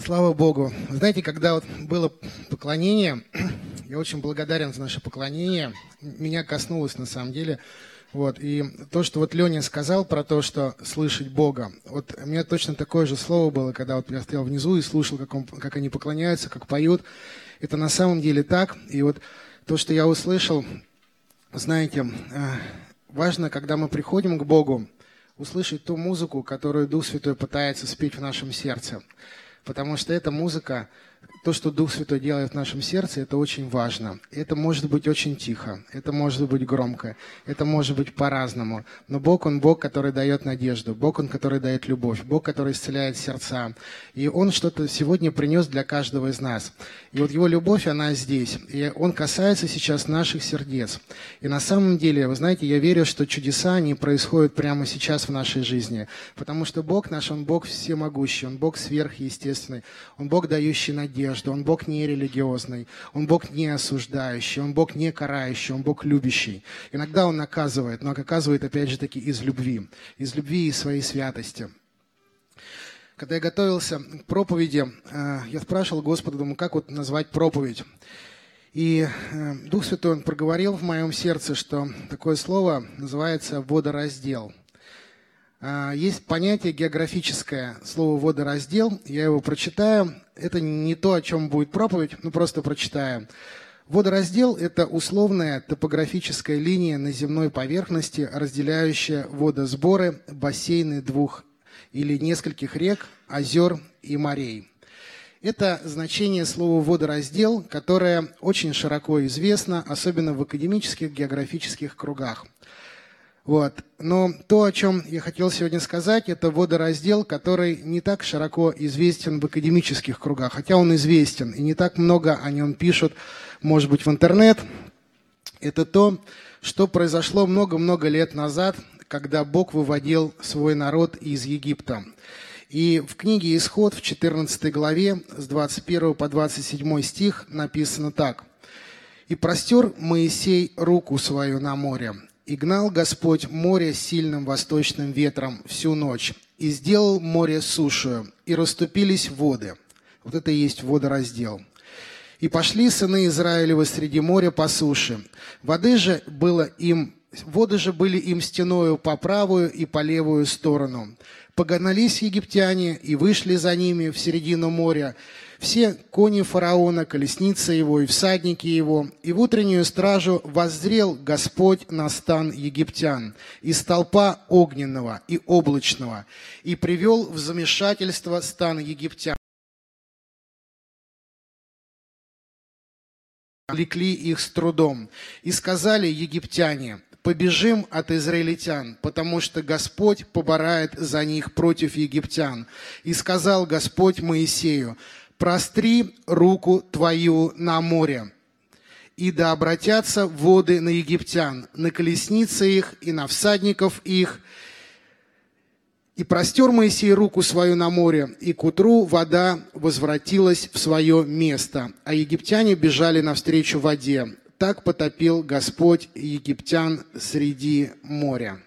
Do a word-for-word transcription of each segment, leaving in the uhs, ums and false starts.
Слава Богу. Знаете, когда вот было поклонение, я очень благодарен за наше поклонение. Меня коснулось на самом деле. Вот. И то, что вот Леня сказал про то, что слышать Бога. Вот у меня точно такое же слово было, когда вот я стоял внизу и слушал, как, он, как они поклоняются, как поют. Это на самом деле так. И вот то, что я услышал, знаете, важно, когда мы приходим к Богу, услышать ту музыку, которую Дух Святой пытается спеть в нашем сердце. Потому что эта музыка, то, что Дух Святой делает в нашем сердце, это очень важно. Это может быть очень тихо, это может быть громко, это может быть по-разному. Но Бог, Он Бог, который дает надежду, Бог, Он, который дает любовь, Бог, который исцеляет сердца. И Он что-то сегодня принес для каждого из нас. И вот Его любовь, она здесь. И Он касается сейчас наших сердец. И на самом деле, вы знаете, я верю, что чудеса, они происходят прямо сейчас в нашей жизни. Потому что Бог наш, Он Бог всемогущий, Он Бог сверхъестественный, Он Бог, дающий надежду, Он Бог не религиозный, Он Бог не осуждающий, Он Бог не карающий, Он Бог любящий. Иногда Он наказывает, но наказывает, опять же таки, из любви, из любви и своей святости. Когда я готовился к проповеди, я спрашивал Господа, думаю, как вот назвать проповедь. И Дух Святой, Он проговорил в моем сердце, что такое слово называется «водораздел». Есть понятие географическое, слово «водораздел», я его прочитаю. Это не то, о чем будет проповедь, но просто прочитаю. Водораздел – это условная топографическая линия на земной поверхности, разделяющая водосборы, бассейны двух или нескольких рек, озер и морей. Это значение слова «водораздел», которое очень широко известно, особенно в академических географических кругах. Вот. Но то, о чем я хотел сегодня сказать, это водораздел, который не так широко известен в академических кругах, хотя он известен, и не так много о нем пишут, может быть, в интернет. Это то, что произошло много-много лет назад, когда Бог выводил свой народ из Египта. И в книге «Исход» в четырнадцатой главе с двадцать первого по двадцать седьмой стих написано так. «И простер Моисей руку свою на море, и гнал Господь море сильным восточным ветром всю ночь, и сделал море сушью, и расступились воды». Вот это и есть водораздел. «И пошли сыны Израилевы среди моря по суше. Воды же было им, воды же были им стеною по правую и по левую сторону. Погнались египтяне и вышли за ними в середину моря, все кони фараона, колесницы его и всадники его, и в утреннюю стражу воззрел Господь на стан египтян из столпа огненного и облачного, и привел в замешательство стан египтян. Влекли их с трудом, и сказали египтяне: побежим от израильтян, потому что Господь поборает за них против египтян. И сказал Господь Моисею: простри руку твою на море, и да обратятся воды на египтян, на колесницы их и на всадников их. И простер Моисей руку свою на море, и к утру вода возвратилась в свое место, а египтяне бежали навстречу воде. Так потопил Господь египтян среди моря».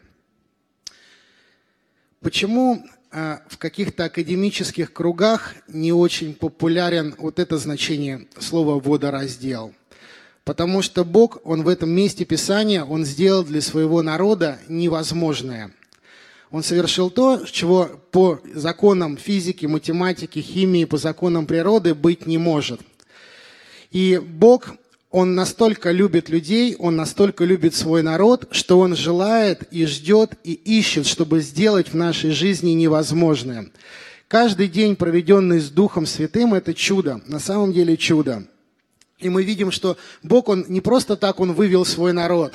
Почему в каких-то академических кругах не очень популярен вот это значение слова «водораздел»? Потому что Бог, Он в этом месте Писания, Он сделал для своего народа невозможное. Он совершил то, чего по законам физики, математики, химии, по законам природы быть не может. И Бог, Он настолько любит людей, Он настолько любит свой народ, что Он желает и ждет и ищет, чтобы сделать в нашей жизни невозможное. Каждый день, проведенный с Духом Святым, это чудо, на самом деле чудо. И мы видим, что Бог, Он не просто так Он вывел свой народ.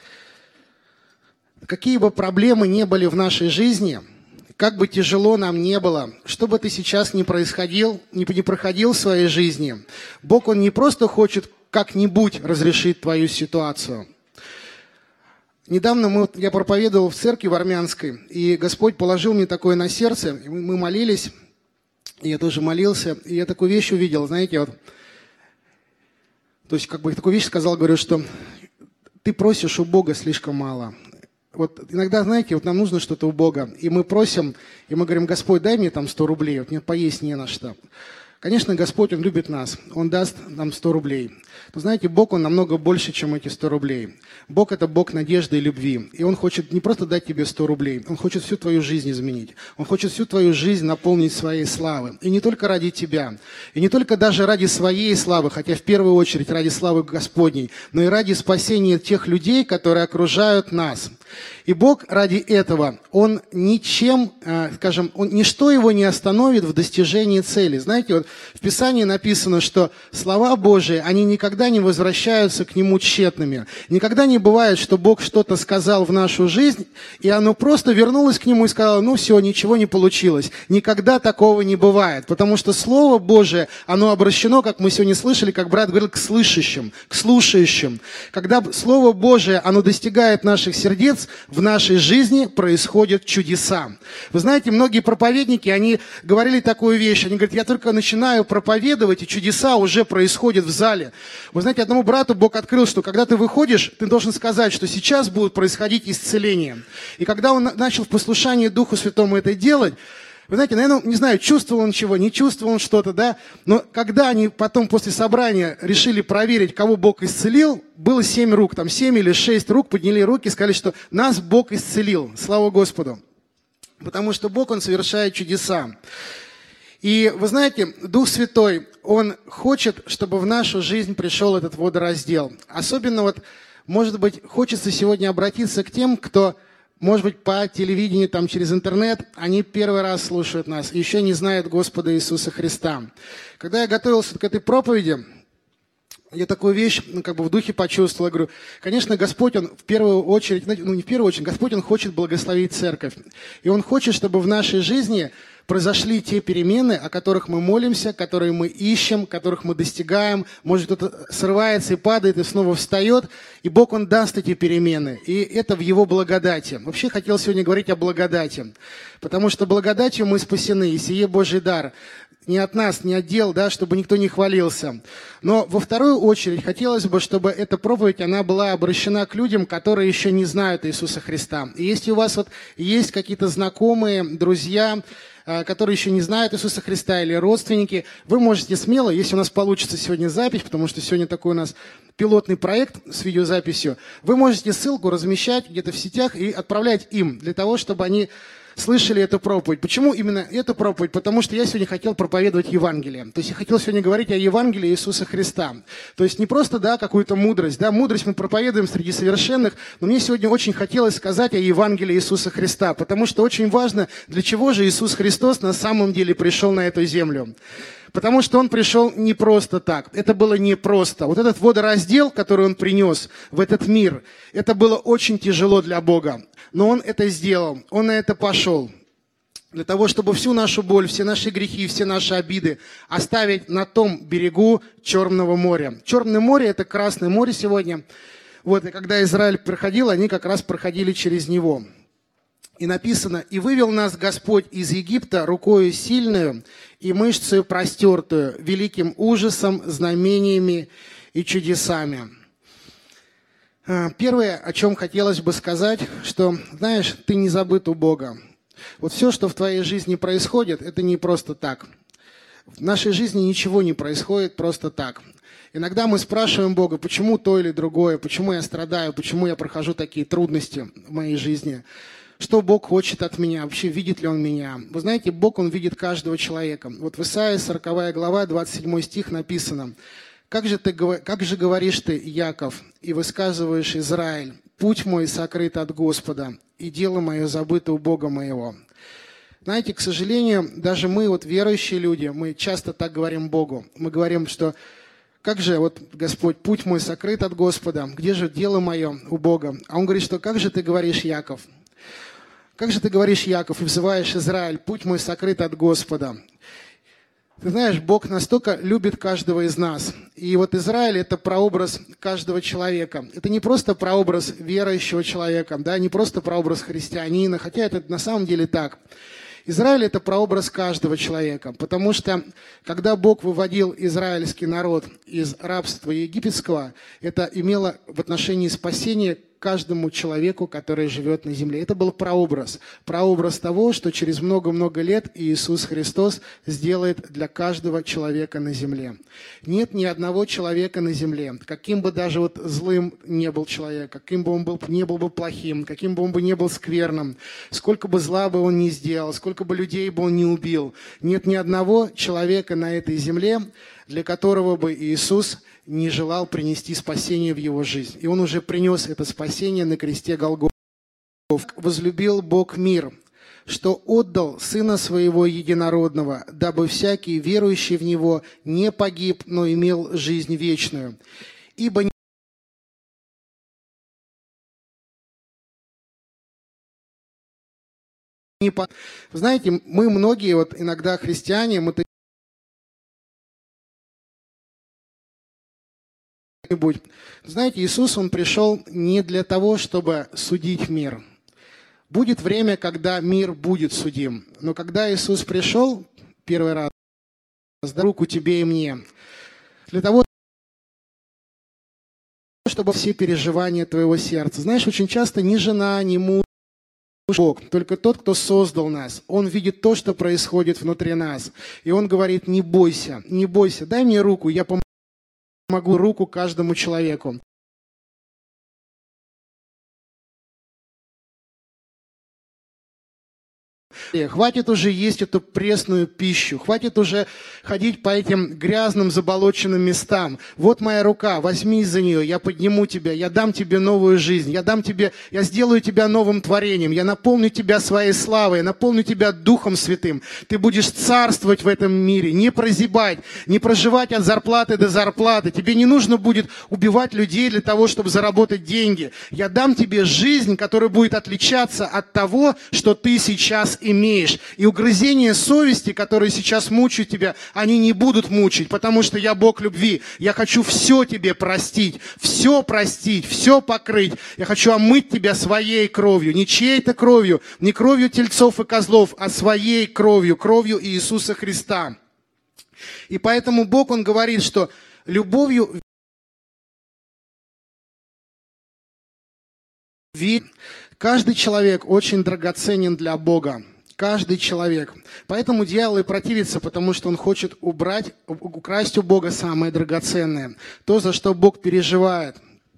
Какие бы проблемы ни были в нашей жизни, как бы тяжело нам не было, что бы ты сейчас ни происходил, не проходил в своей жизни, Бог, Он не просто хочет как-нибудь разрешить твою ситуацию. Недавно мы, я проповедовал в церкви в Армянской, и Господь положил мне такое на сердце, и мы молились, и я тоже молился, и я такую вещь увидел, знаете, вот, то есть как бы такую вещь сказал, говорю, что ты просишь у Бога слишком мало. Вот иногда, знаете, вот нам нужно что-то у Бога, и мы просим, и мы говорим: Господь, дай мне там сто рублей, вот мне поесть не на что. Конечно, Господь, Он любит нас. Он даст нам сто рублей. Но знаете, Бог, Он намного больше, чем эти сто рублей. Бог – это Бог надежды и любви. И Он хочет не просто дать тебе сто рублей, Он хочет всю твою жизнь изменить. Он хочет всю твою жизнь наполнить своей славой. И не только ради тебя, и не только даже ради своей славы, хотя в первую очередь ради славы Господней, но и ради спасения тех людей, которые окружают нас. И Бог ради этого, Он ничем, скажем, он, ничто Его не остановит в достижении цели. Знаете, вот в Писании написано, что слова Божии, они никогда не возвращаются к Нему тщетными. Никогда не бывает, что Бог что-то сказал в нашу жизнь, и оно просто вернулось к Нему и сказало: ну все, ничего не получилось. Никогда такого не бывает, потому что Слово Божие, оно обращено, как мы сегодня слышали, как брат говорил, к слышащим, к слушающим. Когда Слово Божие, оно достигает наших сердец, в нашей жизни происходят чудеса. Вы знаете, многие проповедники, они говорили такую вещь, они говорят: я только начинаю проповедовать, и чудеса уже происходят в зале. Вы знаете, одному брату Бог открыл, что когда ты выходишь, ты должен сказать, что сейчас будет происходить исцеление. И когда он начал в послушании Духу Святому это делать, вы знаете, наверное, не знаю, чувствовал он чего, не чувствовал он что-то, да, но когда они потом после собрания решили проверить, кого Бог исцелил, было семь рук, там семь или шесть рук, подняли руки и сказали, что нас Бог исцелил. Слава Господу. Потому что Бог, Он совершает чудеса. И вы знаете, Дух Святой, Он хочет, чтобы в нашу жизнь пришел этот водораздел. Особенно вот, может быть, хочется сегодня обратиться к тем, кто... Может быть, по телевидению, там, через интернет, они первый раз слушают нас и еще не знают Господа Иисуса Христа. Когда я готовился к этой проповеди, я такую вещь, ну, как бы в духе почувствовал. Я говорю, конечно, Господь, Он в первую очередь, ну, не в первую очередь, Господь, Он хочет благословить церковь. И Он хочет, чтобы в нашей жизни произошли те перемены, о которых мы молимся, которые мы ищем, которых мы достигаем. Может, кто-то срывается и падает, и снова встает. И Бог, Он даст эти перемены. И это в Его благодати. Вообще, хотел сегодня говорить о благодати. Потому что благодатью мы спасены, и сие Божий дар. Не от нас, не от дел, да, чтобы никто не хвалился. Но во вторую очередь хотелось бы, чтобы эта проповедь, она была обращена к людям, которые еще не знают Иисуса Христа. И если у вас вот есть какие-то знакомые, друзья, которые еще не знают Иисуса Христа, или родственники, вы можете смело, если у нас получится сегодня запись, потому что сегодня такой у нас пилотный проект с видеозаписью, вы можете ссылку размещать где-то в сетях и отправлять им, для того, чтобы они слышали эту проповедь. Почему именно эту проповедь? Потому что я сегодня хотел проповедовать Евангелие. То есть я хотел сегодня говорить о Евангелии Иисуса Христа. То есть не просто, да, какую-то мудрость. Да, мудрость мы проповедуем среди совершенных, но мне сегодня очень хотелось сказать о Евангелии Иисуса Христа, потому что очень важно, для чего же Иисус Христос на самом деле пришел на эту землю. Потому что Он пришел не просто так. Это было не просто. Вот этот водораздел, который Он принес в этот мир, это было очень тяжело для Бога. Но Он это сделал. Он на это пошел. Для того, чтобы всю нашу боль, все наши грехи, все наши обиды оставить на том берегу Черного моря. Черное море – это Красное море сегодня. Вот, и когда Израиль проходил, они как раз проходили через него. И написано: «И вывел нас Господь из Египта рукою сильную и мышцею простертую, великим ужасом, знамениями и чудесами». Первое, о чем хотелось бы сказать, что, знаешь, ты не забыт у Бога. Вот все, что в твоей жизни происходит, это не просто так. В нашей жизни ничего не происходит просто так. Иногда мы спрашиваем Бога, почему то или другое, почему я страдаю, почему я прохожу такие трудности в моей жизни. Что Бог хочет от меня, вообще видит ли Он меня. Вы знаете, Бог, Он видит каждого человека. Вот в Исаии сороковая глава, двадцать седьмой стих написано: «Как же, ты, как же говоришь ты, Яков, и высказываешь, Израиль, путь мой сокрыт от Господа, и дело мое забыто у Бога моего». Знаете, к сожалению, даже мы, вот верующие люди, мы часто так говорим Богу. Мы говорим, что как же, вот, Господь, путь мой сокрыт от Господа, где же дело мое у Бога? А Он говорит, что как же ты говоришь, Яков? Как же ты говоришь, Яков, и взываешь, Израиль, путь мой сокрыт от Господа. Ты знаешь, Бог настолько любит каждого из нас. И вот Израиль – это прообраз каждого человека. Это не просто прообраз верующего человека, да, не просто прообраз христианина, хотя это на самом деле так. Израиль – это прообраз каждого человека, потому что, когда Бог выводил израильский народ из рабства египетского, это имело в отношении спасения каждому человеку, который живет на земле. Это был прообраз. Прообраз того, что через много-много лет Иисус Христос сделает для каждого человека на земле. Нет ни одного человека на земле, каким бы даже вот злым не был человек, каким бы он был, не был бы плохим, каким бы он бы не был скверным, сколько бы зла бы он ни сделал, сколько бы людей бы он ни убил. Нет ни одного человека на этой земле, для которого бы Иисус не желал принести спасение в его жизнь. И он уже принес это спасение на кресте Голгофы. «Возлюбил Бог мир, что отдал Сына Своего Единородного, дабы всякий, верующий в Него, не погиб, но имел жизнь вечную. Ибо не по...» Знаете, мы многие, вот иногда христиане, мы Знаете, Иисус, Он пришел не для того, чтобы судить мир. Будет время, когда мир будет судим. Но когда Иисус пришел первый раз, дал руку тебе и мне, для того, чтобы все переживания твоего сердца. Знаешь, очень часто ни жена, ни муж, Бог, только тот, кто создал нас. Он видит то, что происходит внутри нас. И Он говорит: не бойся, не бойся, дай мне руку, я помогу. Могу руку каждому человеку. Хватит уже есть эту пресную пищу, хватит уже ходить по этим грязным заболоченным местам. Вот моя рука, возьми за нее, я подниму тебя, я дам тебе новую жизнь, я дам тебе, я сделаю тебя новым творением, я наполню тебя своей славой, я наполню тебя Духом Святым. Ты будешь царствовать в этом мире, не прозябать, не проживать от зарплаты до зарплаты. Тебе не нужно будет убивать людей для того, чтобы заработать деньги. Я дам тебе жизнь, которая будет отличаться от того, что ты сейчас имеешь. И угрызения совести, которые сейчас мучают тебя, они не будут мучить, потому что я Бог любви. Я хочу все тебе простить, все простить, все покрыть. Я хочу омыть тебя своей кровью, не чьей-то кровью, не кровью тельцов и козлов, а своей кровью, кровью Иисуса Христа. И поэтому Бог, Он говорит, что любовью каждый человек очень драгоценен для Бога. Каждый человек. Поэтому дьявол и противится, потому что он хочет убрать, украсть у Бога самое драгоценное. То, за что Бог переживает.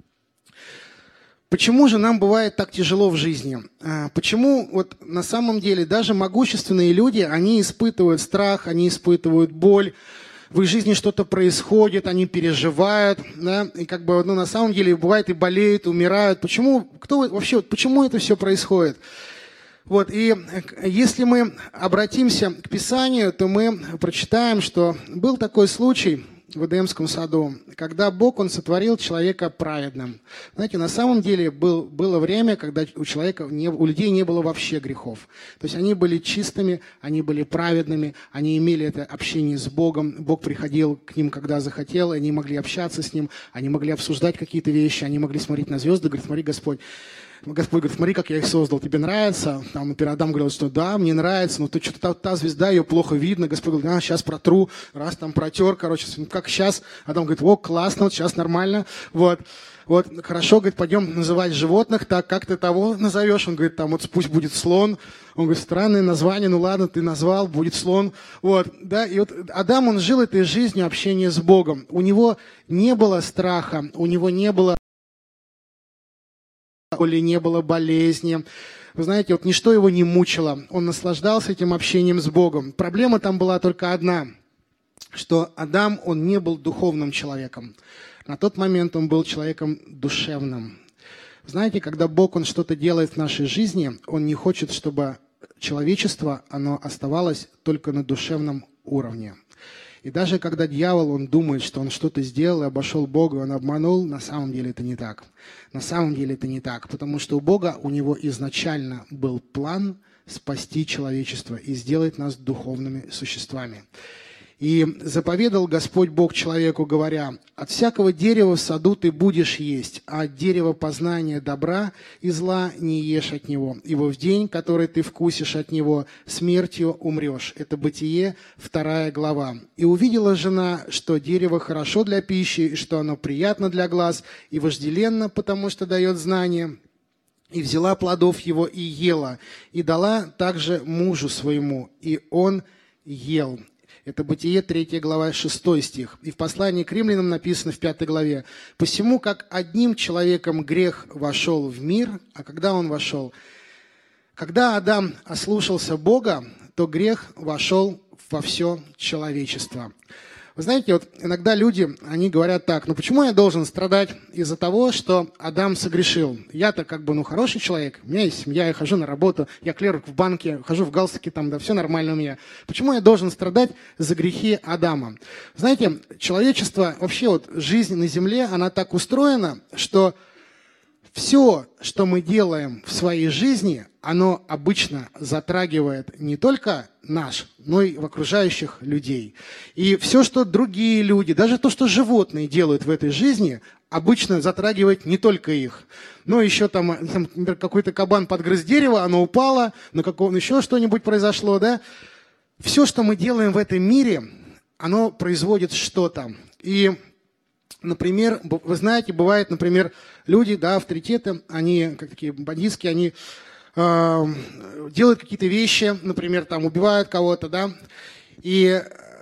Почему же нам бывает так тяжело в жизни? Почему вот на самом деле даже могущественные люди, они испытывают страх, они испытывают боль, в их жизни что-то происходит, они переживают, да, и как бы, ну, на самом деле бывает и болеют, и умирают. Почему, кто вообще, почему это все происходит? Вот, и если мы обратимся к Писанию, то мы прочитаем, что был такой случай в Эдемском саду, когда Бог, Он сотворил человека праведным. Знаете, на самом деле был, было время, когда у человека, не, у людей не было вообще грехов. То есть они были чистыми, они были праведными, они имели это общение с Богом. Бог приходил к ним, когда захотел, и они могли общаться с Ним, они могли обсуждать какие-то вещи, они могли смотреть на звезды, говорить: смотри, Господь, Господь говорит: смотри, как я их создал, тебе нравится? Там, например, Адам говорил, что да, мне нравится, но ты что-то та, та звезда, ее плохо видно. Господь говорит: а, сейчас протру, раз там протер, короче, как сейчас. Адам говорит: о, классно, вот сейчас нормально, вот. Вот, хорошо, говорит, пойдем называть животных, так, как ты того назовешь? Он говорит, там, вот пусть будет слон. Он говорит: странное название, ну ладно, ты назвал, будет слон. Вот, да, и вот Адам, он жил этой жизнью общения с Богом. У него не было страха, у него не было или не было болезни. Вы знаете, вот ничто его не мучило. Он наслаждался этим общением с Богом. Проблема там была только одна, что Адам, он не был духовным человеком. На тот момент он был человеком душевным. Знаете, когда Бог, Он что-то делает в нашей жизни, Он не хочет, чтобы человечество, оно оставалось только на душевном уровне. И даже когда дьявол, он думает, что он что-то сделал и обошел Бога, он обманул, на самом деле это не так. На самом деле это не так, потому что у Бога, у Него изначально был план спасти человечество и сделать нас духовными существами. И заповедал Господь Бог человеку, говоря: «От всякого дерева в саду ты будешь есть, а от дерева познания добра и зла не ешь от него, ибо в день, который ты вкусишь от него, смертью умрешь». Это Бытие, вторая глава. «И увидела жена, что дерево хорошо для пищи, и что оно приятно для глаз, и вожделенно, потому что дает знание. И взяла плодов его и ела, и дала также мужу своему, и он ел». Это Бытие, третья глава, шестой стих. И в послании к римлянам написано в пятой главе: «Посему, как одним человеком грех вошел в мир», а когда он вошел? Когда Адам ослушался Бога, то грех вошел во все человечество. Вы знаете, вот иногда люди, они говорят так: ну почему я должен страдать из-за того, что Адам согрешил? Я-то как бы, ну, хороший человек, у меня есть семья, я хожу на работу, я клерк в банке, хожу в галстуке, там, да, все нормально у меня. Почему я должен страдать за грехи Адама? Знаете, человечество, вообще вот жизнь на земле, она так устроена, что все, что мы делаем в своей жизни, оно обычно затрагивает не только наш, но и в окружающих людей. И все, что другие люди, даже то, что животные делают в этой жизни, обычно затрагивает не только их. Но еще там, например, какой-то кабан подгрыз дерево, оно упало, на каком еще что-нибудь произошло, да? Все, что мы делаем в этом мире, оно производит что-то. И, например, вы знаете, бывает, например, люди, да, авторитеты, они, как такие бандитские, они э, делают какие-то вещи, например, там убивают кого-то, да, и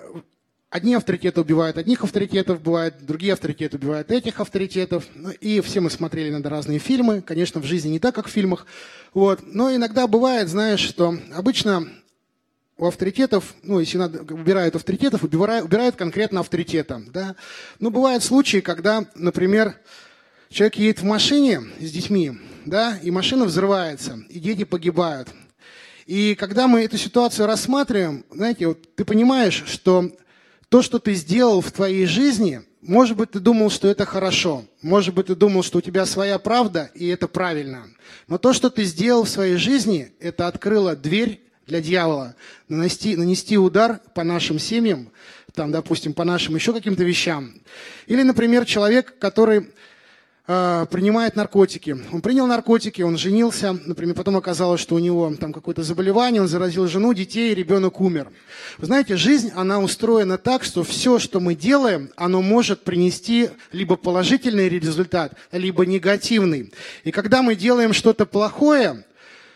одни авторитеты убивают одних авторитетов, бывает, другие авторитеты убивают этих авторитетов, и все мы смотрели иногда разные фильмы, конечно, в жизни не так, как в фильмах, вот, но иногда бывает, знаешь, что обычно у авторитетов, ну, если надо, убирают авторитетов, убирают, убирают конкретно авторитета, да. Но бывают случаи, когда, например, человек едет в машине с детьми, да, и машина взрывается, и дети погибают. И когда мы эту ситуацию рассматриваем, знаете, вот ты понимаешь, что то, что ты сделал в твоей жизни, может быть, ты думал, что это хорошо, может быть, ты думал, что у тебя своя правда, и это правильно. Но то, что ты сделал в своей жизни, это открыло дверь для дьявола нанести, нанести удар по нашим семьям, там, допустим, по нашим еще каким-то вещам. Или, например, человек, который э, принимает наркотики. Он принял наркотики, он женился, например, потом оказалось, что у него там какое-то заболевание, он заразил жену, детей, и ребенок умер. Вы знаете, жизнь, она устроена так, что все, что мы делаем, оно может принести либо положительный результат, либо негативный. И когда мы делаем что-то плохое,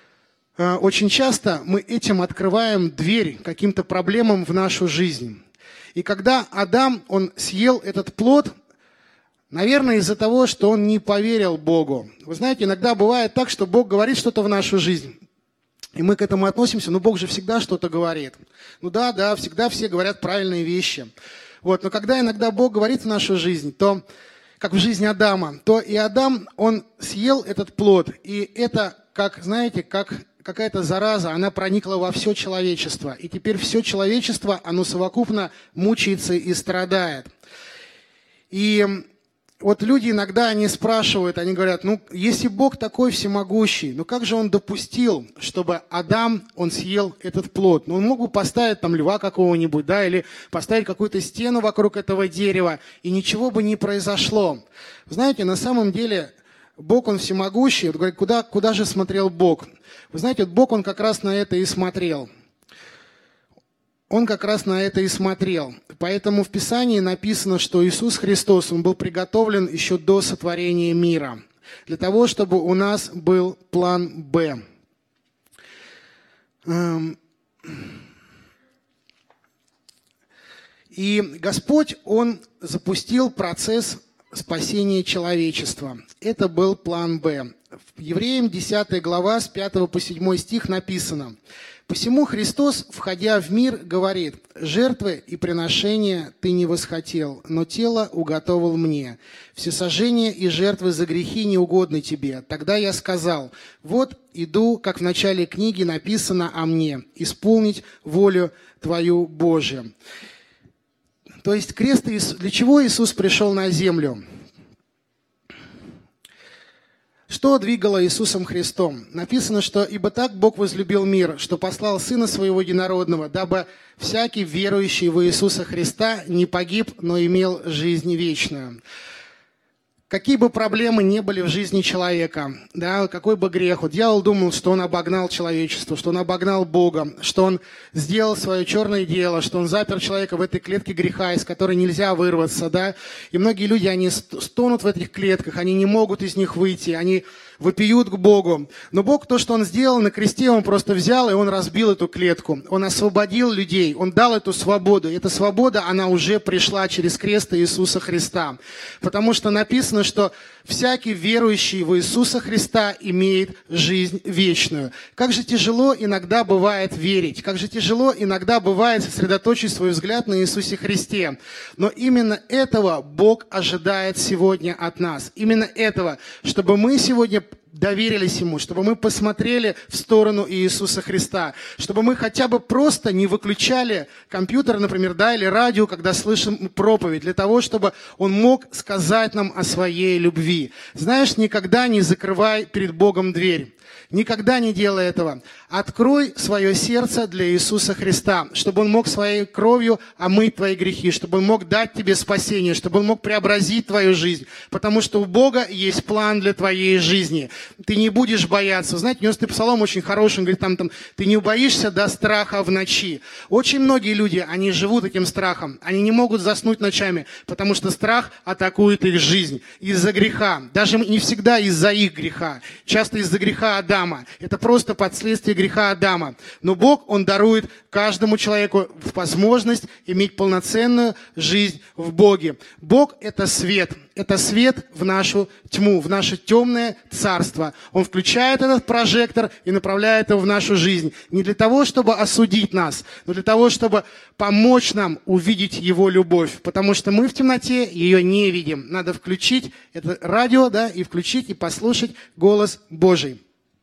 очень часто мы этим открываем дверь каким-то проблемам в нашу жизнь. И когда Адам, он съел этот плод, наверное, из-за того, что он не поверил Богу. Вы знаете, иногда бывает так, что Бог говорит что-то в нашу жизнь. И мы к этому относимся, но Бог же всегда что-то говорит. Ну да, да, всегда все говорят правильные вещи. Вот, но когда иногда Бог говорит в нашу жизнь, то, как в жизни Адама, то и Адам, он съел этот плод. И это, как, знаете, как какая-то зараза, она проникла во все человечество. И теперь все человечество, оно совокупно мучается и страдает. И вот люди иногда, они спрашивают, они говорят, ну, если Бог такой всемогущий, ну как же Он допустил, чтобы Адам, он съел этот плод? Ну, он мог бы поставить там льва какого-нибудь, да, или поставить какую-то стену вокруг этого дерева, и ничего бы не произошло. Знаете, на самом деле Бог, Он всемогущий. Вот говорит, куда, куда же смотрел Бог? Вы знаете, вот Бог, Он как раз на это и смотрел. Он как раз на это и смотрел. Поэтому в Писании написано, что Иисус Христос, Он был приготовлен еще до сотворения мира, для того, чтобы у нас был план Б. И Господь, Он запустил процесс спасения человечества. Это был план Б. В Евреям десятая глава с пятого по седьмой стих написано: «Посему Христос, входя в мир, говорит: жертвы и приношения ты не восхотел, но тело уготовил мне. Всесожжения и жертвы за грехи не угодны тебе. Тогда я сказал: вот иду, как в начале книги написано о мне, исполнить волю твою Божию». То есть крест, для чего Иисус пришел на землю? Что двигало Иисусом Христом? Написано, что «Ибо так Бог возлюбил мир, что послал Сына Своего Единородного, дабы всякий верующий в Иисуса Христа не погиб, но имел жизнь вечную». Какие бы проблемы ни были в жизни человека, да, какой бы грех, вот дьявол думал, что он обогнал человечество, что он обогнал Бога, что он сделал свое черное дело, что он запер человека в этой клетке греха, из которой нельзя вырваться, да, и многие люди, они стонут в этих клетках, они не могут из них выйти, они вопиют к Богу. Но Бог, то, что Он сделал на кресте, Он просто взял и Он разбил эту клетку. Он освободил людей, Он дал эту свободу. И эта свобода, она уже пришла через крест Иисуса Христа. Потому что написано, что всякий верующий в Иисуса Христа имеет жизнь вечную. Как же тяжело иногда бывает верить, как же тяжело иногда бывает сосредоточить свой взгляд на Иисусе Христе. Но именно этого Бог ожидает сегодня от нас. Именно этого, чтобы мы сегодня доверились Ему, чтобы мы посмотрели в сторону Иисуса Христа, чтобы мы хотя бы просто не выключали компьютер, например, да, или радио, когда слышим проповедь, для того, чтобы Он мог сказать нам о своей любви. Знаешь, никогда не закрывай перед Богом дверь. Никогда не делай этого. Открой свое сердце для Иисуса Христа, чтобы Он мог своей кровью омыть твои грехи, чтобы Он мог дать тебе спасение, чтобы Он мог преобразить твою жизнь. Потому что у Бога есть план для твоей жизни. Ты не будешь бояться. Знаете, девяностый псалом очень хороший, он говорит, там, там, ты не убоишься до страха в ночи. Очень многие люди, они живут этим страхом. Они не могут заснуть ночами, потому что страх атакует их жизнь из-за греха. Даже не всегда из-за их греха. Часто из-за греха Адама. Это просто последствия греха Адама. Но Бог, Он дарует каждому человеку возможность иметь полноценную жизнь в Боге. Бог – это свет. Это свет в нашу тьму, в наше темное царство. Он включает этот прожектор и направляет его в нашу жизнь. Не для того, чтобы осудить нас, но для того, чтобы помочь нам увидеть Его любовь. Потому что мы в темноте ее не видим. Надо включить это радио, да, и включить, и послушать голос Божий.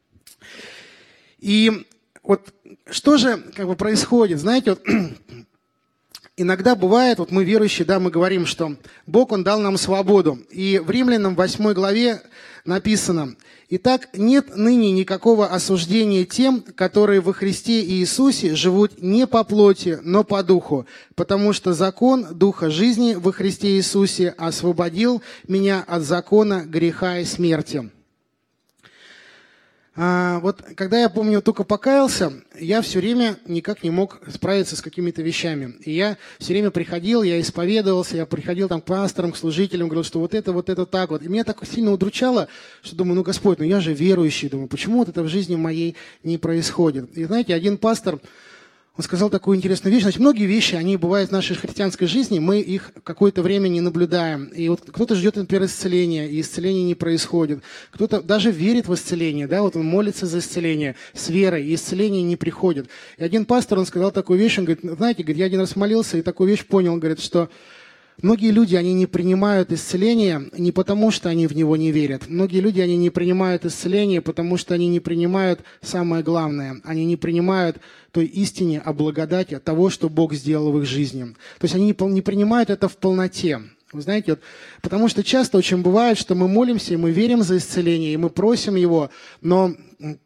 И вот что же как бы происходит? Знаете, вот иногда бывает, вот мы верующие, да, мы говорим, что Бог, Он дал нам свободу. И в Римлянам восьмой главе написано: «Итак, нет ныне никакого осуждения тем, которые во Христе Иисусе живут не по плоти, но по духу, потому что закон Духа жизни во Христе Иисусе освободил меня от закона греха и смерти». А, вот когда я, помню, только покаялся, я все время никак не мог справиться с какими-то вещами. И я все время приходил, я исповедовался, я приходил там к пасторам, к служителям, говорил, что вот это, вот это так вот. И меня так сильно удручало, что думаю, ну, Господь, ну я же верующий, думаю, почему вот это в жизни моей не происходит? И знаете, один пастор, он сказал такую интересную вещь. Значит, многие вещи, они бывают в нашей христианской жизни, мы их какое-то время не наблюдаем. И вот кто-то ждет, например, исцеления, и исцеление не происходит. Кто-то даже верит в исцеление, да, вот он молится за исцеление с верой, и исцеление не приходит. И один пастор, он сказал такую вещь, он говорит, знаете, говорит, я один раз молился, и такую вещь понял, говорит, что многие люди, они не принимают исцеление не потому, что они в него не верят. Многие люди, они не принимают исцеление, потому что они не принимают самое главное. Они не принимают той истине о благодати, того, что Бог сделал в их жизни. То есть они не принимают это в полноте. Вы знаете, вот, потому что часто очень бывает, что мы молимся, и мы верим за исцеление, и мы просим Его, но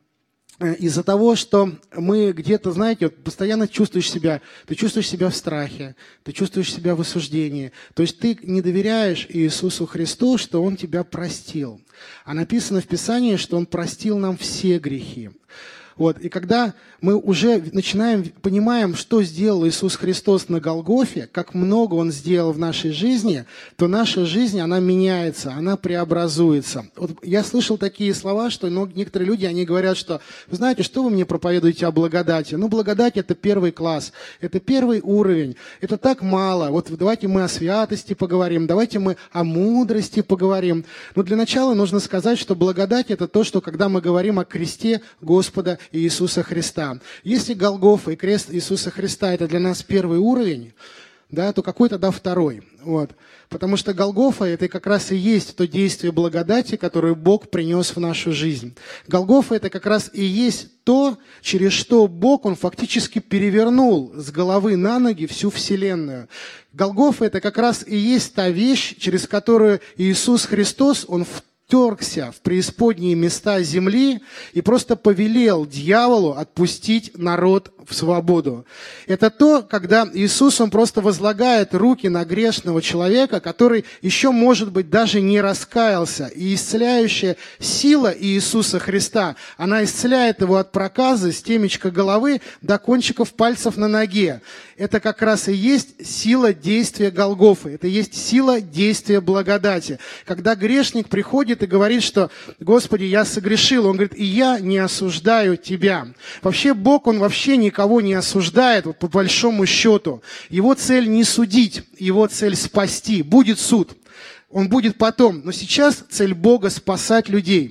из-за того, что мы где-то, знаете, вот постоянно чувствуешь себя, ты чувствуешь себя в страхе, ты чувствуешь себя в осуждении. То есть ты не доверяешь Иисусу Христу, что Он тебя простил. А написано в Писании, что Он простил нам все грехи. Вот. И когда мы уже начинаем, понимаем, что сделал Иисус Христос на Голгофе, как много Он сделал в нашей жизни, то наша жизнь, она меняется, она преобразуется. Вот я слышал такие слова, что некоторые люди, они говорят, что, вы знаете, что вы мне проповедуете о благодати? Ну, благодать – это первый класс, это первый уровень, это так мало. Вот давайте мы о святости поговорим, давайте мы о мудрости поговорим. Но для начала нужно сказать, что благодать – это то, что когда мы говорим о кресте Господа Иисуса Христа. Если Голгофа и крест Иисуса Христа – это для нас первый уровень, да, то какой тогда второй? Вот. Потому что Голгофа – это как раз и есть то действие благодати, которое Бог принес в нашу жизнь. Голгофа – это как раз и есть то, через что Бог, Он фактически перевернул с головы на ноги всю вселенную. Голгофа – это как раз и есть та вещь, через которую Иисус Христос, Он вторгся в преисподние места земли и просто повелел дьяволу отпустить народ в свободу. Это то, когда Иисус, Он просто возлагает руки на грешного человека, который еще, может быть, даже не раскаялся. И исцеляющая сила Иисуса Христа, она исцеляет его от проказа с темечка головы до кончиков пальцев на ноге. Это как раз и есть сила действия Голгофы. Это и есть сила действия благодати. Когда грешник приходит и говорит, что «Господи, я согрешил», он говорит: «И я не осуждаю тебя». Вообще Бог, Он вообще никого не осуждает, вот по большому счету. Его цель не судить, Его цель спасти. Будет суд, Он будет потом. Но сейчас цель Бога спасать людей.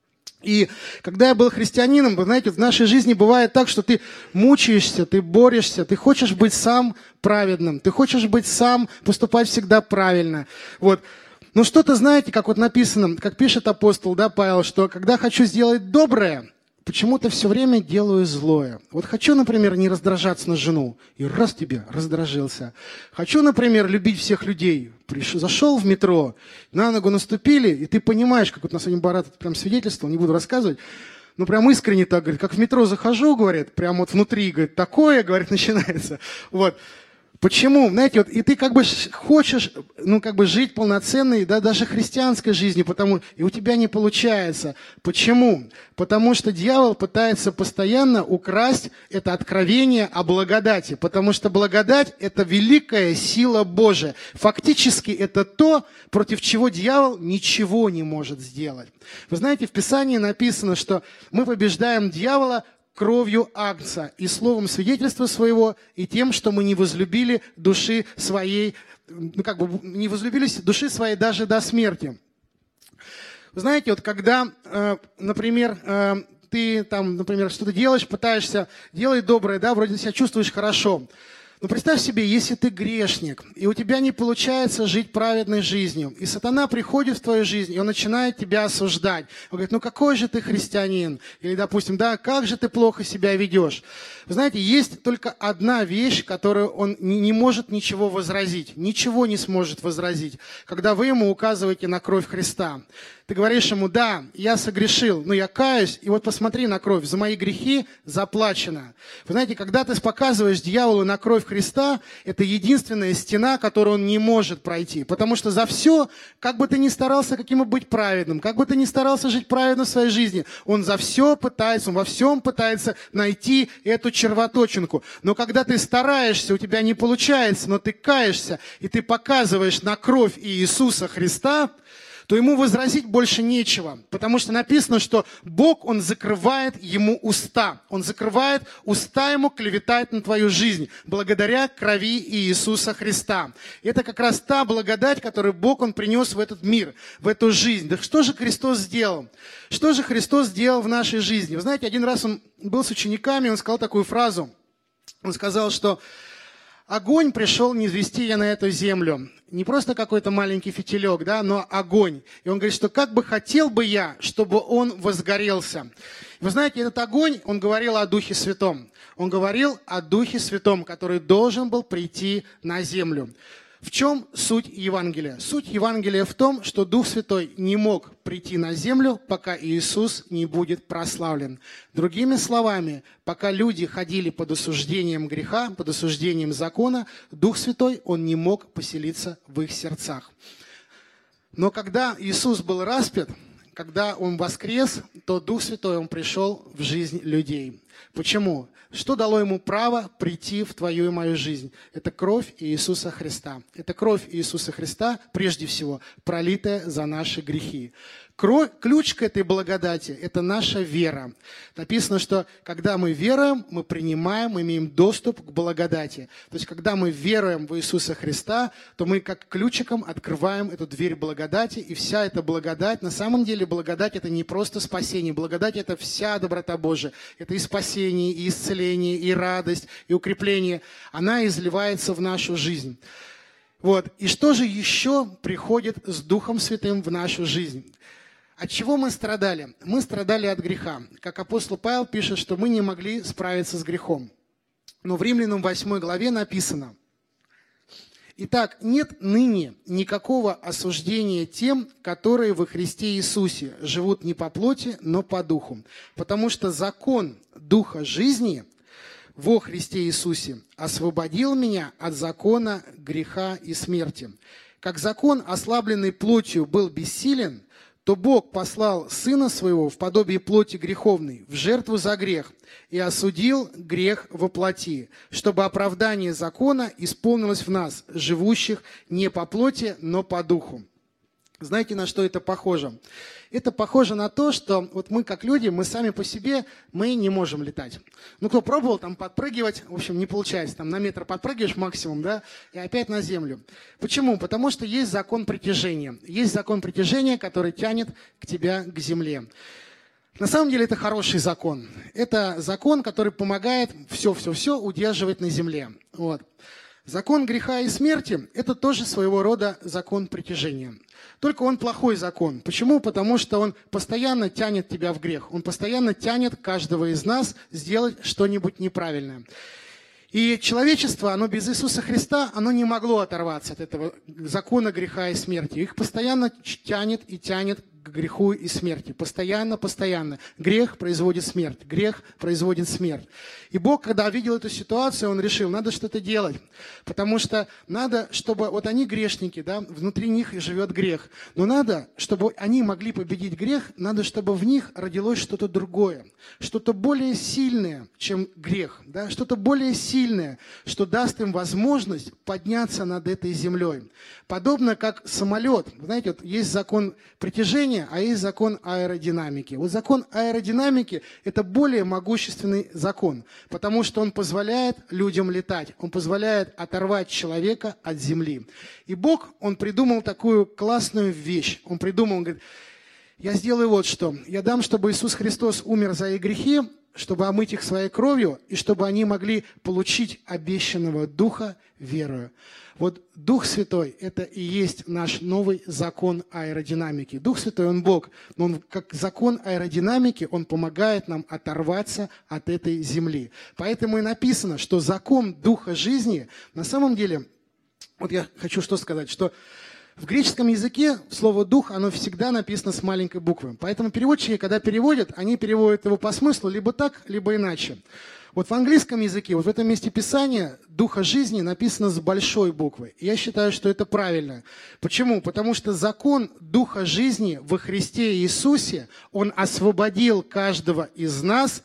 И когда я был христианином, вы знаете, в нашей жизни бывает так, что ты мучаешься, ты борешься, ты хочешь быть сам праведным, ты хочешь быть сам, поступать всегда правильно. Вот. Но что-то, знаете, как вот написано, как пишет апостол, да, Павел, что когда хочу сделать доброе, почему-то все время делаю злое. Вот хочу, например, не раздражаться на жену, и раз тебе раздражился. Хочу, например, любить всех людей. Пришел, зашел в метро, на ногу наступили, и ты понимаешь, как вот на сегодня Барат прям свидетельствовал, не буду рассказывать, ну прям искренне так, говорит, как в метро захожу, говорит, прям вот внутри, говорит, такое, говорит, начинается. Вот. Почему? Знаете, вот, и ты как бы хочешь, ну, как бы жить полноценной, да, даже христианской жизнью, потому, и у тебя не получается. Почему? Потому что дьявол пытается постоянно украсть это откровение о благодати, потому что благодать – это великая сила Божия. Фактически это то, против чего дьявол ничего не может сделать. Вы знаете, в Писании написано, что мы побеждаем дьявола кровью Агнца и словом свидетельства своего, и тем, что мы не возлюбили души своей, ну как бы не возлюбились души своей даже до смерти. Вы знаете, вот когда, э, например, э, ты там, например, что-то делаешь, пытаешься делать доброе, да, вроде себя чувствуешь хорошо. Но представь себе, если ты грешник, и у тебя не получается жить праведной жизнью, и сатана приходит в твою жизнь, и он начинает тебя осуждать. Он говорит: ну какой же ты христианин? Или, допустим, да, как же ты плохо себя ведешь? Вы знаете, есть только одна вещь, которую он не может ничего возразить, ничего не сможет возразить, когда вы ему указываете на кровь Христа. Ты говоришь ему: да, я согрешил, но я каюсь, и вот посмотри на кровь, за мои грехи заплачено. Вы знаете, когда ты показываешь дьяволу на кровь Христа, это единственная стена, которую он не может пройти. Потому что за все, как бы ты ни старался каким бы быть праведным, как бы ты ни старался жить праведно в своей жизни, он за все пытается, он во всем пытается найти эту червоточинку. Но когда ты стараешься, у тебя не получается, но ты каешься, и ты показываешь на кровь Иисуса Христа, то ему возразить больше нечего. Потому что написано, что Бог, Он закрывает ему уста. Он закрывает уста ему, клеветает на твою жизнь, благодаря крови Иисуса Христа. И это как раз та благодать, которую Бог, Он принес в этот мир, в эту жизнь. Да что же Христос сделал? Что же Христос сделал в нашей жизни? Вы знаете, один раз Он был с учениками, Он сказал такую фразу. Он сказал, что огонь пришел низвести я на эту землю. Не просто какой-то маленький фитилек, да, но огонь. И он говорит, что как бы хотел бы я, чтобы он возгорелся. Вы знаете, этот огонь, он говорил о Духе Святом. Он говорил о Духе Святом, который должен был прийти на землю. В чем суть Евангелия? Суть Евангелия в том, что Дух Святой не мог прийти на землю, пока Иисус не будет прославлен. Другими словами, пока люди ходили под осуждением греха, под осуждением закона, Дух Святой, Он не мог поселиться в их сердцах. Но когда Иисус был распят, когда Он воскрес, то Дух Святой, Он пришел в жизнь людей. Почему? Что дало Ему право прийти в твою и мою жизнь? Это кровь Иисуса Христа. Это кровь Иисуса Христа, прежде всего, пролитая за наши грехи. Кровь, ключ к этой благодати – это наша вера. Написано, что когда мы веруем, мы принимаем, мы имеем доступ к благодати. То есть, когда мы веруем в Иисуса Христа, то мы как ключиком открываем эту дверь благодати, и вся эта благодать, на самом деле благодать – это не просто спасение, благодать – это вся доброта Божия. Это и спасение, и исцеление, и радость, и укрепление. Она изливается в нашу жизнь. Вот. И что же еще приходит с Духом Святым в нашу жизнь? От чего мы страдали? Мы страдали от греха. Как апостол Павел пишет, что мы не могли справиться с грехом. Но в Римлянам восьмой главе написано: Итак, нет ныне никакого осуждения тем, которые во Христе Иисусе живут не по плоти, но по духу. Потому что закон Духа жизни во Христе Иисусе освободил меня от закона греха и смерти. Как закон, ослабленный плотью, был бессилен, то Бог послал Сына Своего в подобие плоти греховной, в жертву за грех, и осудил грех во плоти, чтобы оправдание закона исполнилось в нас, живущих не по плоти, но по духу. Знаете, на что это похоже? Это похоже на то, что вот мы, как люди, мы сами по себе, мы не можем летать. Ну, кто пробовал там подпрыгивать, в общем, не получается. Там на метр подпрыгиваешь максимум, да, и опять на землю. Почему? Потому что есть закон притяжения. Есть закон притяжения, который тянет к тебя к земле. На самом деле это хороший закон. Это закон, который помогает все-все-все удерживать на земле. Вот. Закон греха и смерти – это тоже своего рода закон притяжения. Только он плохой закон. Почему? Потому что он постоянно тянет тебя в грех. Он постоянно тянет каждого из нас сделать что-нибудь неправильное. И человечество, оно без Иисуса Христа, оно не могло оторваться от этого закона греха и смерти. Их постоянно тянет и тянет к греху и смерти. Постоянно, постоянно. Грех производит смерть. Грех производит смерть. И Бог, когда видел эту ситуацию, Он решил, надо что-то делать. Потому что надо, чтобы... Вот они грешники, да, внутри них живет грех. Но надо, чтобы они могли победить грех, надо, чтобы в них родилось что-то другое. Что-то более сильное, чем грех. Да, что-то более сильное, что даст им возможность подняться над этой землей. Подобно как самолет. Знаете, вот есть закон притяжения, а есть закон аэродинамики. Вот закон аэродинамики – это более могущественный закон, потому что он позволяет людям летать, он позволяет оторвать человека от земли. И Бог, Он придумал такую классную вещь. Он придумал, Он говорит, я сделаю вот что. Я дам, чтобы Иисус Христос умер за их грехи, чтобы омыть их своей кровью, и чтобы они могли получить обещанного Духа верою. Вот Дух Святой – это и есть наш новый закон аэродинамики. Дух Святой, Он Бог, но Он как закон аэродинамики, Он помогает нам оторваться от этой земли. Поэтому и написано, что закон Духа жизни, на самом деле, вот я хочу что сказать, что в греческом языке слово «дух», оно всегда написано с маленькой буквы. Поэтому переводчики, когда переводят, они переводят его по смыслу либо так, либо иначе. Вот в английском языке, вот в этом месте Писания «духа жизни» написано с большой буквы. И я считаю, что это правильно. Почему? Потому что закон Духа жизни во Христе Иисусе, он освободил каждого из нас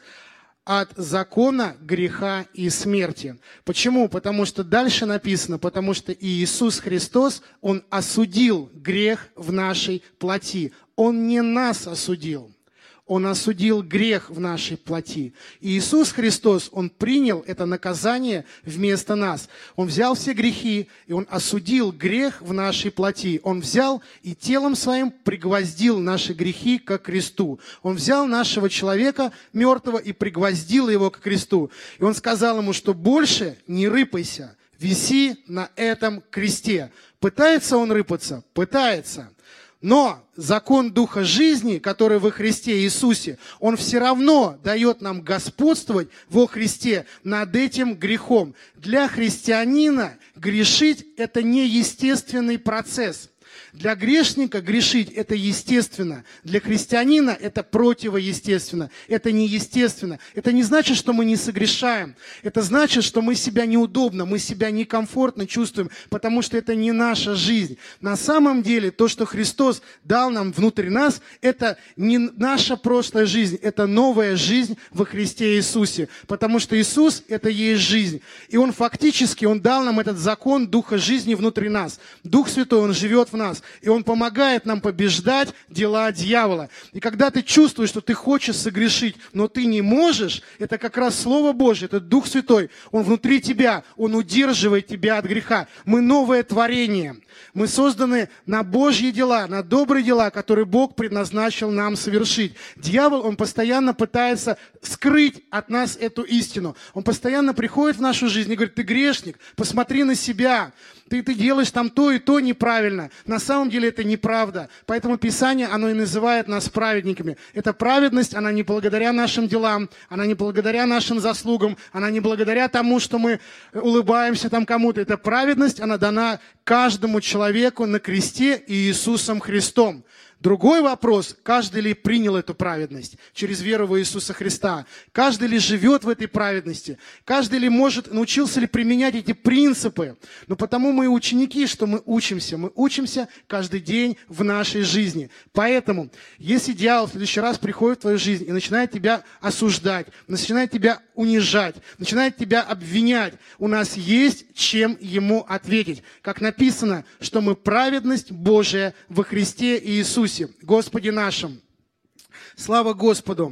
от закона греха и смерти. Почему? Потому что дальше написано, потому что и Иисус Христос, Он осудил грех в нашей плоти. Он не нас осудил. Он осудил грех в нашей плоти. И Иисус Христос, Он принял это наказание вместо нас. Он взял все грехи, и Он осудил грех в нашей плоти. Он взял и телом Своим пригвоздил наши грехи ко кресту. Он взял нашего человека мертвого и пригвоздил его к кресту. И Он сказал ему, что больше не рыпайся, виси на этом кресте. Пытается он рыпаться? Пытается. Но закон Духа жизни, который во Христе Иисусе, он все равно дает нам господствовать во Христе над этим грехом. Для христианина грешить – это не естественный процесс. Для грешника грешить – это естественно. Для христианина это противоестественно. Это неестественно. Это не значит, что мы не согрешаем. Это значит, что мы себя неудобно, мы себя некомфортно чувствуем, потому что это не наша жизнь. На самом деле, то, что Христос дал нам внутрь нас, это не наша прошлая жизнь, это новая жизнь во Христе Иисусе. Потому что Иисус – это есть жизнь. И Он фактически, Он дал нам этот закон Духа жизни внутри нас. Дух Святой, Он живет в нас. И Он помогает нам побеждать дела дьявола. И когда ты чувствуешь, что ты хочешь согрешить, но ты не можешь, это как раз Слово Божье, это Дух Святой. Он внутри тебя, Он удерживает тебя от греха. Мы новое творение. Мы созданы на Божьи дела, на добрые дела, которые Бог предназначил нам совершить. Дьявол, он постоянно пытается скрыть от нас эту истину. Он постоянно приходит в нашу жизнь и говорит: ты грешник, посмотри на себя. ты, ты делаешь там то и то неправильно. На самом деле это неправда. Поэтому Писание, оно и называет нас праведниками. Эта праведность, она не благодаря нашим делам, она не благодаря нашим заслугам, она не благодаря тому, что мы улыбаемся там кому-то. Эта праведность, она дана каждому человеку на кресте Иисусом Христом. Другой вопрос, каждый ли принял эту праведность через веру в Иисуса Христа? Каждый ли живет в этой праведности? Каждый ли может, научился ли применять эти принципы? Но потому мы и ученики, что мы учимся. Мы учимся каждый день в нашей жизни. Поэтому, если дьявол в следующий раз приходит в твою жизнь и начинает тебя осуждать, начинает тебя унижать, начинает тебя обвинять, у нас есть чем ему ответить. Как написано, что мы праведность Божия во Христе Иисусе, Господе нашим. Слава Господу.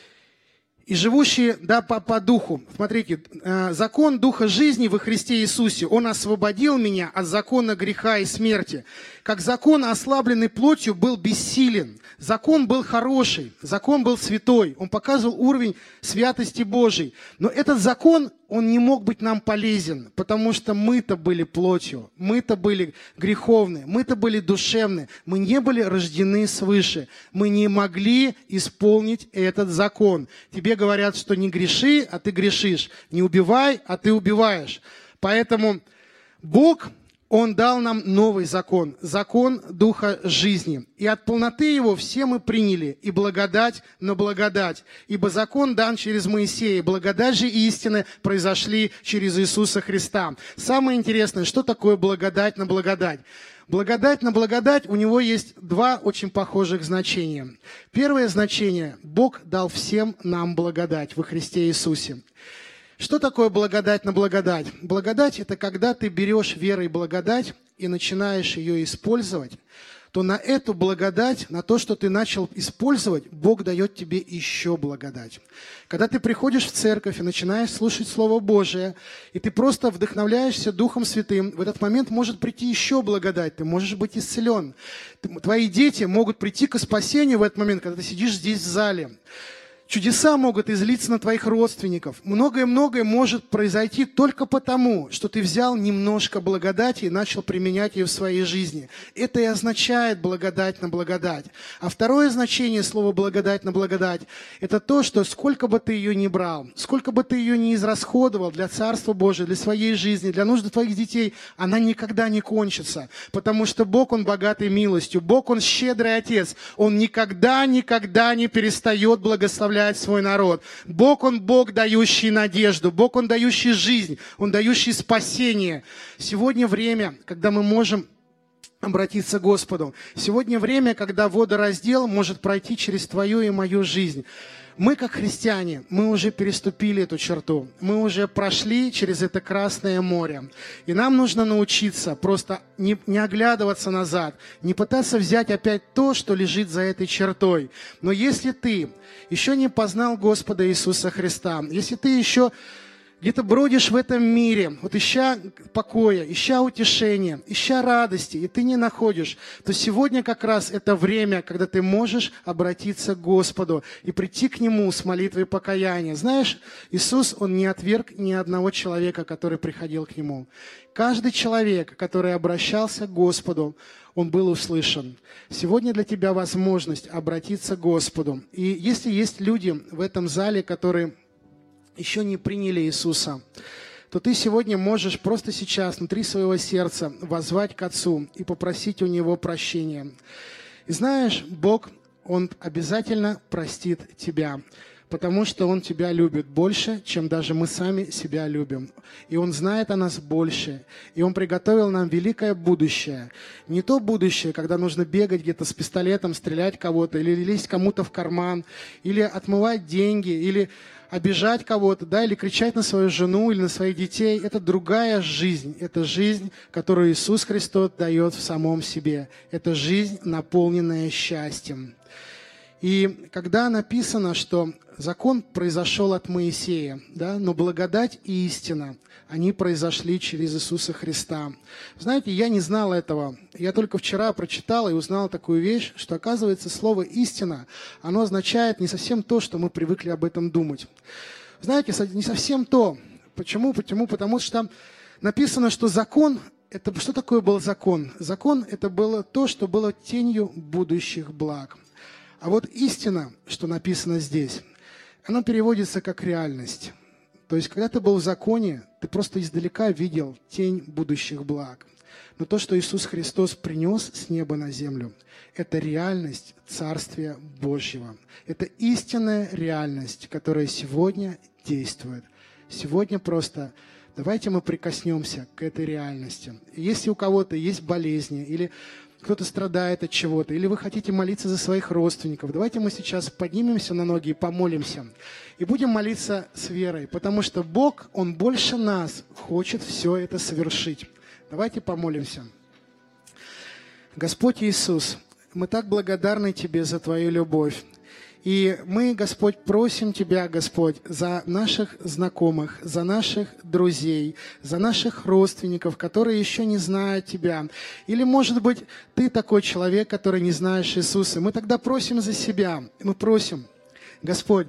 И живущие, да, по, по духу. Смотрите, э, закон духа жизни во Христе Иисусе, он освободил меня от закона греха и смерти. Как закон, ослабленный плотью, был бессилен. Закон был хороший, закон был святой. Он показывал уровень святости Божией. Но этот закон, он не мог быть нам полезен, потому что мы-то были плотью, мы-то были греховны, мы-то были душевны, мы не были рождены свыше. Мы не могли исполнить этот закон. Тебе говорят, что не греши, а ты грешишь. Не убивай, а ты убиваешь. Поэтому Бог, Он дал нам новый закон, закон Духа жизни. И от полноты его все мы приняли, и благодать на благодать. Ибо закон дан через Моисея, благодать же и истина произошли через Иисуса Христа. Самое интересное, что такое благодать на благодать? Благодать на благодать, у него есть два очень похожих значения. Первое значение – Бог дал всем нам благодать во Христе Иисусе. Что такое благодать на благодать? Благодать – это когда ты берешь верой благодать и начинаешь ее использовать, то на эту благодать, на то, что ты начал использовать, Бог дает тебе еще благодать. Когда ты приходишь в церковь и начинаешь слушать Слово Божие, и ты просто вдохновляешься Духом Святым, в этот момент может прийти еще благодать, ты можешь быть исцелен. Твои дети могут прийти к спасению в этот момент, когда ты сидишь здесь в зале. Чудеса могут излиться на твоих родственников. Многое-многое может произойти только потому, что ты взял немножко благодати и начал применять ее в своей жизни. Это и означает благодать на благодать. А второе значение слова благодать на благодать – это то, что сколько бы ты ее ни брал, сколько бы ты ее ни израсходовал для Царства Божия, для своей жизни, для нужд твоих детей, она никогда не кончится. Потому что Бог, Он богатый милостью, Бог, Он щедрый Отец. Он никогда-никогда не перестает благословлять свой народ. Бог, Он Бог, дающий надежду. Бог, Он дающий жизнь. Он дающий спасение. Сегодня время, когда мы можем обратиться к Господу. Сегодня время, когда водораздел может пройти через твою и мою жизнь. Мы, как христиане, мы уже переступили эту черту. Мы уже прошли через это Красное море. И нам нужно научиться просто не, не оглядываться назад, не пытаться взять опять то, что лежит за этой чертой. Но если ты еще не познал Господа Иисуса Христа, если ты еще где-то бродишь в этом мире, вот ища покоя, ища утешения, ища радости, и ты не находишь, то сегодня как раз это время, когда ты можешь обратиться к Господу и прийти к Нему с молитвой покаяния. Знаешь, Иисус, Он не отверг ни одного человека, который приходил к Нему. Каждый человек, который обращался к Господу, он был услышан. Сегодня для тебя возможность обратиться к Господу. И если есть люди в этом зале, которые еще не приняли Иисуса, то ты сегодня можешь просто сейчас внутри своего сердца воззвать к Отцу и попросить у Него прощения. И знаешь, Бог, Он обязательно простит тебя, потому что Он тебя любит больше, чем даже мы сами себя любим. И Он знает о нас больше. И Он приготовил нам великое будущее. Не то будущее, когда нужно бегать где-то с пистолетом, стрелять кого-то, или лезть кому-то в карман, или отмывать деньги, или обижать кого-то, да, или кричать на свою жену или на своих детей. Это другая жизнь. Это жизнь, которую Иисус Христос дает в самом себе. Это жизнь, наполненная счастьем. И когда написано, что закон произошел от Моисея, да, но благодать и истина, они произошли через Иисуса Христа. Знаете, я не знал этого. Я только вчера прочитал и узнал такую вещь, что, оказывается, слово «истина», оно означает не совсем то, что мы привыкли об этом думать. Знаете, не совсем то. Почему? Почему? Потому что написано, что закон это что такое был закон? Закон – это было то, что было тенью будущих благ. А вот истина, что написано здесь, она переводится как реальность. То есть, когда ты был в законе, ты просто издалека видел тень будущих благ. Но то, что Иисус Христос принес с неба на землю, это реальность Царствия Божьего. Это истинная реальность, которая сегодня действует. Сегодня просто давайте мы прикоснемся к этой реальности. И если у кого-то есть болезни, или кто-то страдает от чего-то, или вы хотите молиться за своих родственников, давайте мы сейчас поднимемся на ноги и помолимся. И будем молиться с верой, потому что Бог, Он больше нас хочет все это совершить. Давайте помолимся. Господь Иисус, мы так благодарны Тебе за Твою любовь. И мы, Господь, просим Тебя, Господь, за наших знакомых, за наших друзей, за наших родственников, которые еще не знают Тебя. Или, может быть, Ты такой человек, который не знаешь Иисуса. Мы тогда просим за себя. Мы просим, Господь,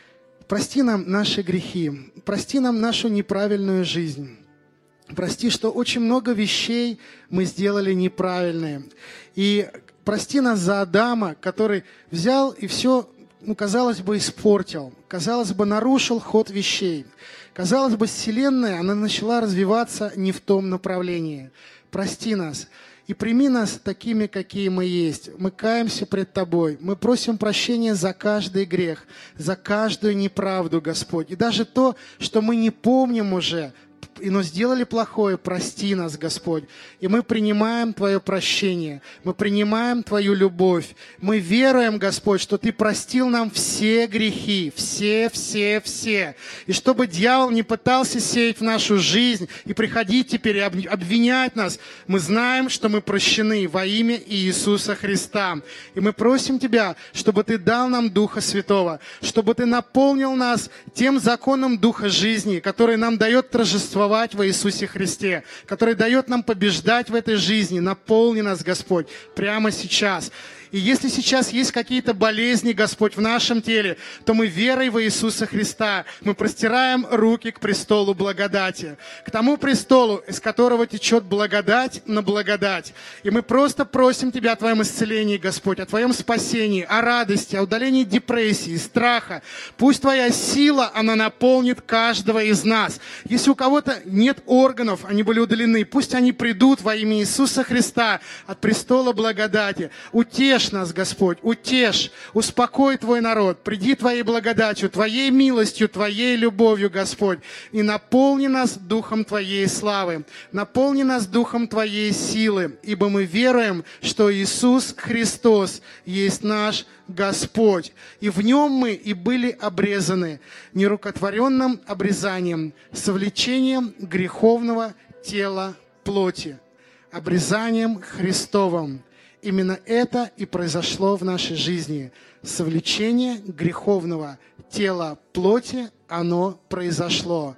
прости нам наши грехи, прости нам нашу неправильную жизнь. Прости, что очень много вещей мы сделали неправильные. И прости нас за Адама, который взял и все, ну, казалось бы, испортил. Казалось бы, нарушил ход вещей. Казалось бы, Вселенная, она начала развиваться не в том направлении. Прости нас и прими нас такими, какие мы есть. Мы каемся пред Тобой. Мы просим прощения за каждый грех, за каждую неправду, Господь. И даже то, что мы не помним уже, и но сделали плохое, прости нас, Господь. И мы принимаем Твое прощение, мы принимаем Твою любовь. Мы веруем, Господь, что Ты простил нам все грехи, все, все, все. И чтобы дьявол не пытался сеять в нашу жизнь и приходить теперь и обвинять нас, мы знаем, что мы прощены во имя Иисуса Христа. И мы просим Тебя, чтобы Ты дал нам Духа Святого, чтобы Ты наполнил нас тем законом Духа жизни, который нам дает торжествовать во Иисусе Христе, который дает нам побеждать в этой жизни. Наполни нас, Господь, прямо сейчас. И если сейчас есть какие-то болезни, Господь, в нашем теле, то мы верой во Иисуса Христа, мы простираем руки к престолу благодати, к тому престолу, из которого течет благодать на благодать. И мы просто просим Тебя о Твоем исцелении, Господь, о Твоем спасении, о радости, о удалении депрессии, страха. Пусть Твоя сила, она наполнит каждого из нас. Если у кого-то нет органов, они были удалены, пусть они придут во имя Иисуса Христа от престола благодати. Утешь нас, Господь, утешь, успокой Твой народ, приди Твоей благодатью, Твоей милостью, Твоей любовью, Господь, и наполни нас духом Твоей славы, наполни нас духом Твоей силы, ибо мы веруем, что Иисус Христос есть наш Господь, и в Нем мы и были обрезаны нерукотворенным обрезанием, совлечением греховного тела плоти, обрезанием Христовым. Именно это и произошло в нашей жизни. Совлечение греховного тела плоти, оно произошло.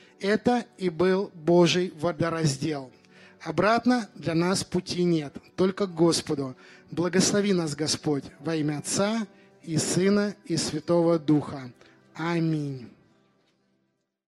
Это и был Божий водораздел. Обратно для нас пути нет, только к Господу. Благослови нас, Господь, во имя Отца и Сына и Святого Духа. Аминь.